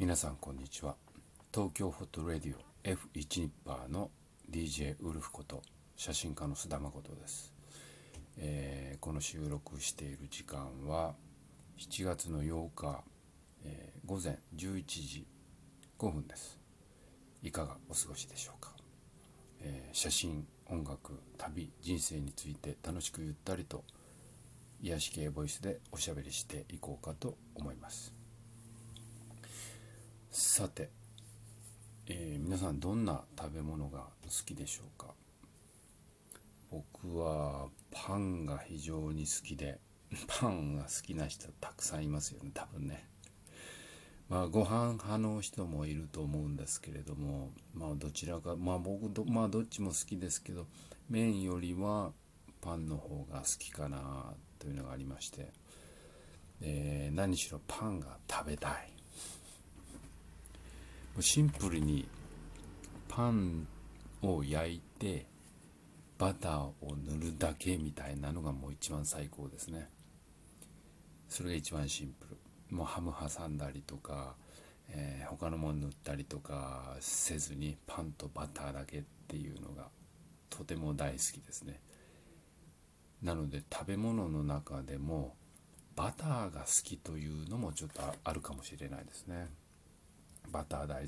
皆さんこんにちは。東京フォトレディオ F1 ニッパーの DJ ウルフこと写真家の須田誠です。この収録している時間は7月の8日、午前11時5分です。いかがお過ごしでしょうか。写真、音楽、旅、人生について楽しくゆったりと癒し系ボイスでおしゃべりしていこうかと思います。さて、皆さんどんな食べ物が好きでしょうか。僕はパンが非常に好きで、パンが好きな人たくさんいますよね、多分ね。ご飯派の人もいると思うんですけれども、どちらか、どっちも好きですけど、麺よりはパンの方が好きかなというのがありまして、何しろパンが食べたい。シンプルにパンを焼いてバターを塗るだけみたいなのがもう一番最高ですね。それが一番シンプル。もうハム挟んだりとか、他のもの塗ったりとかせずにパンとバターだけっていうのがとても大好きですね。なので食べ物の中でもバターが好きというのもちょっとあるかもしれないですね。バター大好きです。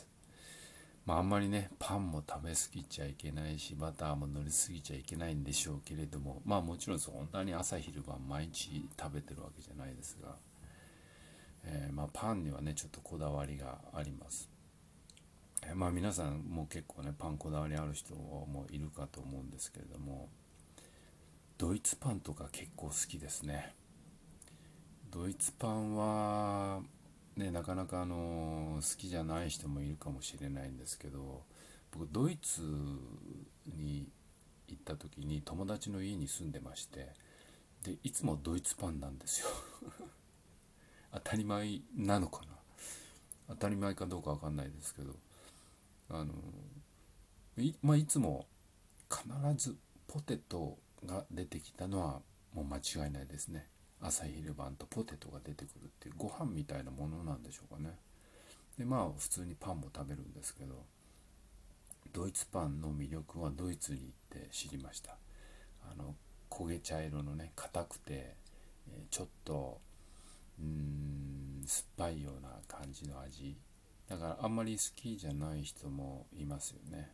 あんまりねパンも食べ過ぎちゃいけないしバターも塗りすぎちゃいけないんでしょうけれども、もちろんそんなに朝昼晩毎日食べてるわけじゃないですが、パンにはねちょっとこだわりがあります。皆さんも結構ねパンこだわりある人もいるかと思うんですけれども、ドイツパンとか結構好きですね。ドイツパンはね、なかなか好きじゃない人もいるかもしれないんですけど、僕ドイツに行った時に友達の家に住んでまして、でいつもドイツパンなんですよ。当たり前なのかな、当たり前かどうかわかんないですけど、あのいつも必ずポテトが出てきたのはもう間違いないですね。朝昼晩とポテトが出てくるっていうご飯みたいなものなんでしょうかね。で普通にパンも食べるんですけど、ドイツパンの魅力はドイツに行って知りました。焦げ茶色のね硬くて、ちょっと酸っぱいような感じの味だからあんまり好きじゃない人もいますよね。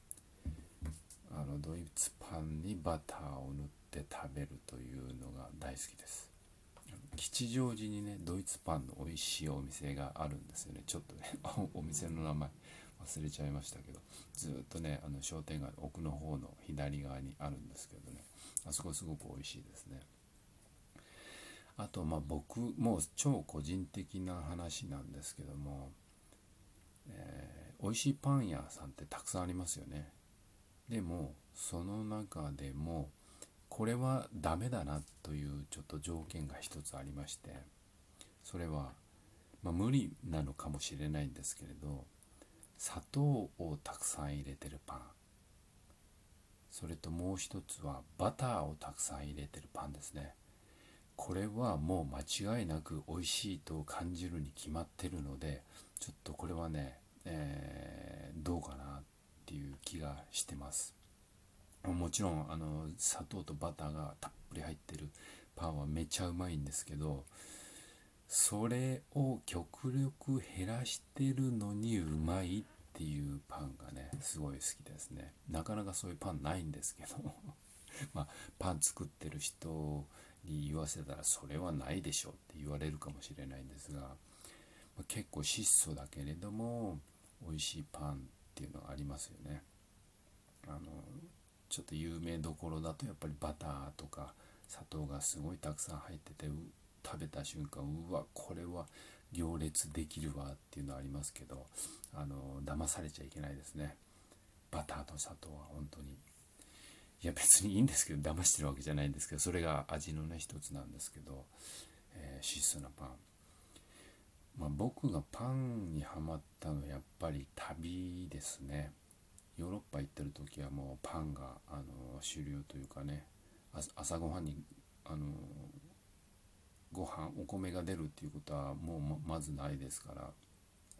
ドイツパンにバターを塗って食べるというのが大好きです。吉祥寺にねドイツパンの美味しいお店があるんですよね。ちょっとねお店の名前忘れちゃいましたけど、ずっとね商店街の奥の方の左側にあるんですけどね、あそこすごく美味しいですね。あと僕もう超個人的な話なんですけども、美味しいパン屋さんってたくさんありますよね。でもその中でもこれはダメだなというちょっと条件が一つありまして、それは無理なのかもしれないんですけれど、砂糖をたくさん入れてるパン、それともう一つはバターをたくさん入れてるパンですね。これはもう間違いなく美味しいと感じるに決まってるので、ちょっとこれはね、どうかなっていう気がしてます。もちろん砂糖とバターがたっぷり入ってるパンはめちゃうまいんですけど、それを極力減らしてるのにうまいっていうパンがねすごい好きですね。なかなかそういうパンないんですけどパン作ってる人に言わせたらそれはないでしょって言われるかもしれないんですが、結構質素だけれども美味しいパンっていうのがありますよね。あのちょっと有名どころだとやっぱりバターとか砂糖がすごいたくさん入ってて、食べた瞬間うわこれは行列できるわっていうのはありますけど、騙されちゃいけないですね。バターと砂糖は本当に、いや別にいいんですけど騙してるわけじゃないんですけど、それが味のね一つなんですけど、質素なパン、僕がパンにハマったのはやっぱり旅ですね。ヨーロッパ行ってる時はもうパンが主流というかね、朝ごはんにあのご飯お米が出るっていうことはもうまずないですから、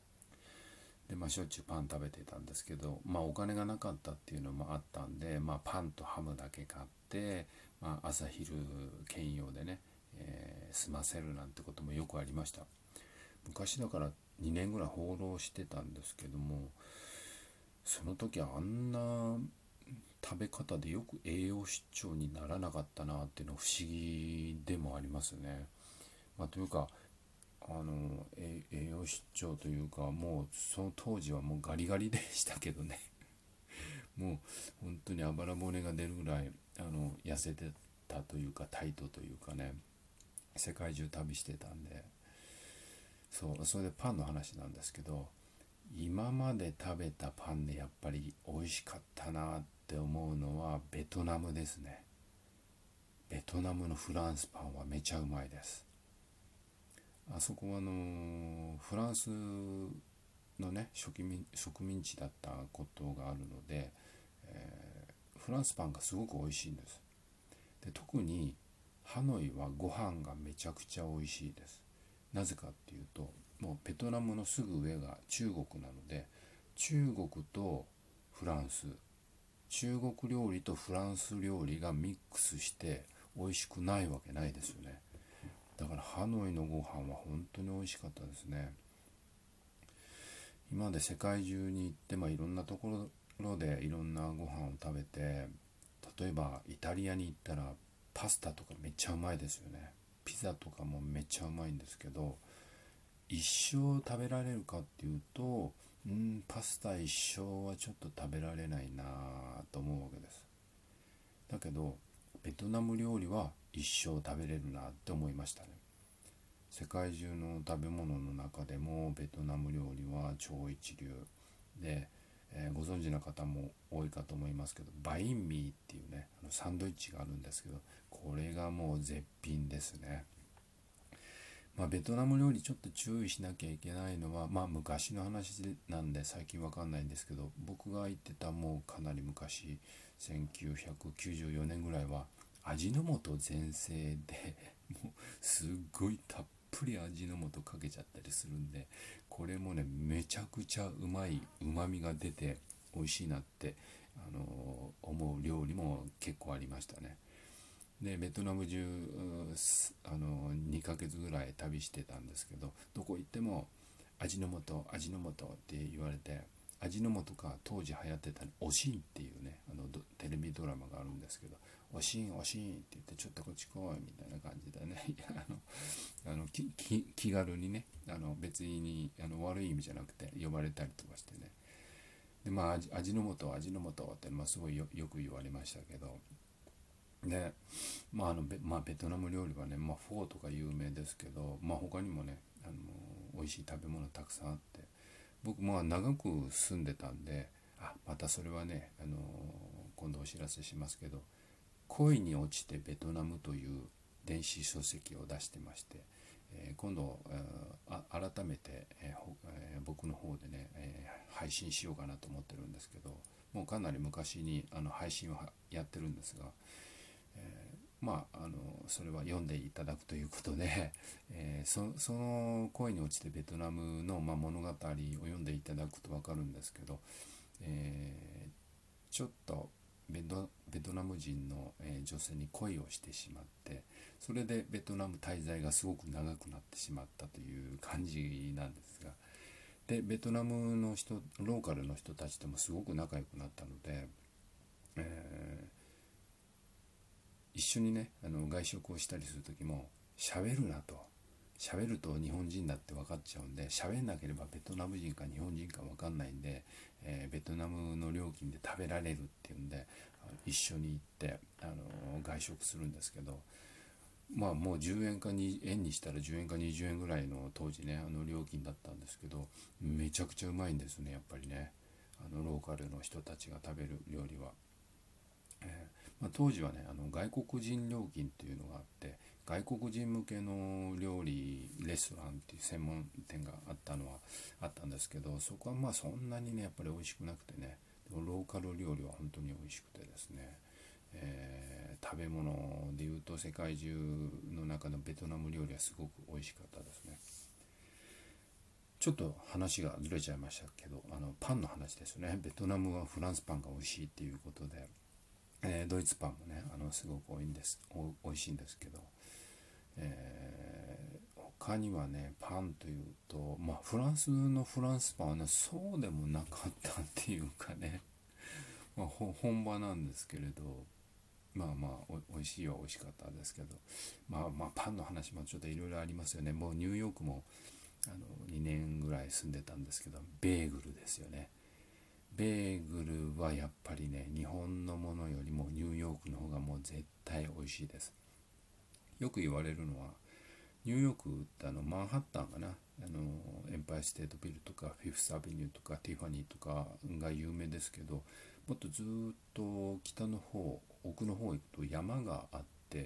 で、しょっちゅうパン食べてたんですけど、お金がなかったっていうのもあったんで、パンとハムだけ買って、朝昼兼用でね、済ませるなんてこともよくありました。昔だから2年ぐらい放浪してたんですけども、その時はあんな食べ方でよく栄養失調にならなかったなっていうのは不思議でもありますね。というか栄養失調というか、もうその当時はもうガリガリでしたけどね。もう本当にあばら骨が出るぐらい痩せてたというか、タイトというかね、世界中旅してたんで。それでパンの話なんですけど、今まで食べたパンでやっぱり美味しかったなって思うのはベトナムですね。ベトナムのフランスパンはめちゃうまいです。あそこはフランスのね、植民地だったことがあるので、フランスパンがすごく美味しいんです。で、特にハノイはご飯がめちゃくちゃ美味しいです。なぜかっていうと、もうベトナムのすぐ上が中国なので、中国とフランス、中国料理とフランス料理がミックスして美味しくないわけないですよね。だからハノイのご飯は本当に美味しかったですね。今まで世界中に行って、いろんなところでいろんなご飯を食べて、例えばイタリアに行ったらパスタとかめっちゃうまいですよね。ピザとかもめっちゃうまいんですけど、一生食べられるかっていうと、パスタ一生はちょっと食べられないなと思うわけです。だけどベトナム料理は一生食べれるなって思いましたね。世界中の食べ物の中でもベトナム料理は超一流で、ご存知の方も多いかと思いますけど、バインミーっていうね、サンドイッチがあるんですけど、これがもう絶品ですね。ベトナム料理ちょっと注意しなきゃいけないのは、昔の話なんで最近わかんないんですけど、僕が言ってたもうかなり昔、1994年ぐらいは味の素全盛で、もうすっごいたっぷり味の素かけちゃったりするんで、これもねめちゃくちゃうまい、うまみが出て美味しいなって思う料理も結構ありましたね。でベトナム中2ヶ月ぐらい旅してたんですけど、どこ行っても味の素味の素って言われて、味の素が当時流行ってたおしんっていうね、テレビドラマがあるんですけど、おしんおしんって言って、ちょっとこっち来いみたいな感じでね、気軽にね、別に悪い意味じゃなくて呼ばれたりとかしてね。で味の素味の素って、すごいよく言われましたけど、で、ベトナム料理はね、フォーとか有名ですけど、他にもね、美味しい食べ物たくさんあって、僕長く住んでたんで、またそれはね、今度お知らせしますけど、恋に落ちてベトナムという電子書籍を出してまして、今度、改めて、僕の方でね、配信しようかなと思ってるんですけど、もうかなり昔に配信をやってるんですが、それは読んでいただくということで、その恋に落ちてベトナムの、物語を読んでいただくと分かるんですけど、ちょっとベトナム人の、女性に恋をしてしまって、それでベトナム滞在がすごく長くなってしまったという感じなんですが、でベトナムのローカルの人たちともすごく仲良くなったので、一緒にね外食をしたりする時も、喋るなと、喋ると日本人だって分かっちゃうんで、喋んなければベトナム人か日本人か分かんないんで、ベトナムの料金で食べられるっていうんで一緒に行って外食するんですけど、もう10円か円にしたら10円か20円ぐらいの当時ね料金だったんですけど、めちゃくちゃうまいんですね、やっぱりね、ローカルの人たちが食べる料理は。当時はね外国人料金っていうのがあって、外国人向けの料理レストランっていう専門店があったんですけど、そこはそんなにねやっぱり美味しくなくてね、でもローカル料理は本当に美味しくてですね、食べ物でいうと世界中の中のベトナム料理はすごく美味しかったですね。 ちょっと話がずれちゃいましたけど、パンの話ですよね。ベトナムはフランスパンが美味しいっていうことで、ドイツパンもねすごく美味しいんですけど、他にはねパンというと、フランスのフランスパンはねそうでもなかったっていうかね、本場なんですけれど、美味しいは美味しかったんですけど、パンの話もちょっといろいろありますよね。もうニューヨークも2年ぐらい住んでたんですけど、ベーグルですよね。ベーグルはやっぱりね、日本のものよりもニューヨークの方がもう絶対美味しいです。よく言われるのは、ニューヨークってマンハッタンかな、エンパイアステートビルとかフィフスアベニューとかティファニーとかが有名ですけど、もっとずっと北の方、奥の方行くと山があって、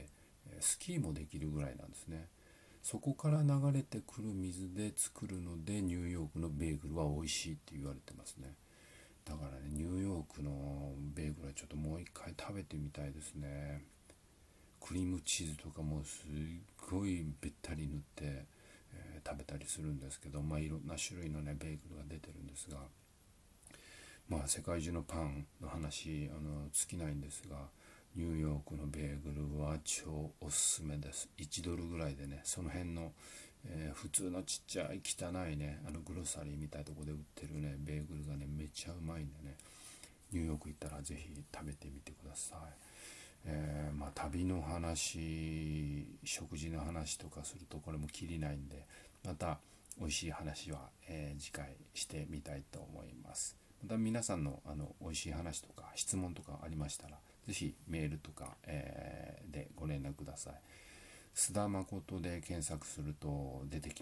スキーもできるぐらいなんですね。そこから流れてくる水で作るので、ニューヨークのベーグルは美味しいって言われてますね。だからね、ニューヨークのベーグルはちょっともう一回食べてみたいですね。クリームチーズとかもすっごいべったり塗って、食べたりするんですけど、いろんな種類のねベーグルが出てるんですが、世界中のパンの話尽きないんですが、ニューヨークのベーグルは超おすすめです。1ドルぐらいでね、その辺の、普通のちっちゃい汚いねグロサリーみたいなとこで売ってるねベーグルがねめっちゃうまいんでね、ニューヨーク行ったらぜひ食べてみてください。旅の話、食事の話とかするとこれもきりないんで、また美味しい話は、次回してみたいと思います。また皆さんの美味しい話とか質問とかありましたら、ぜひメールとか、でご連絡ください。須田誠で検索すると出てき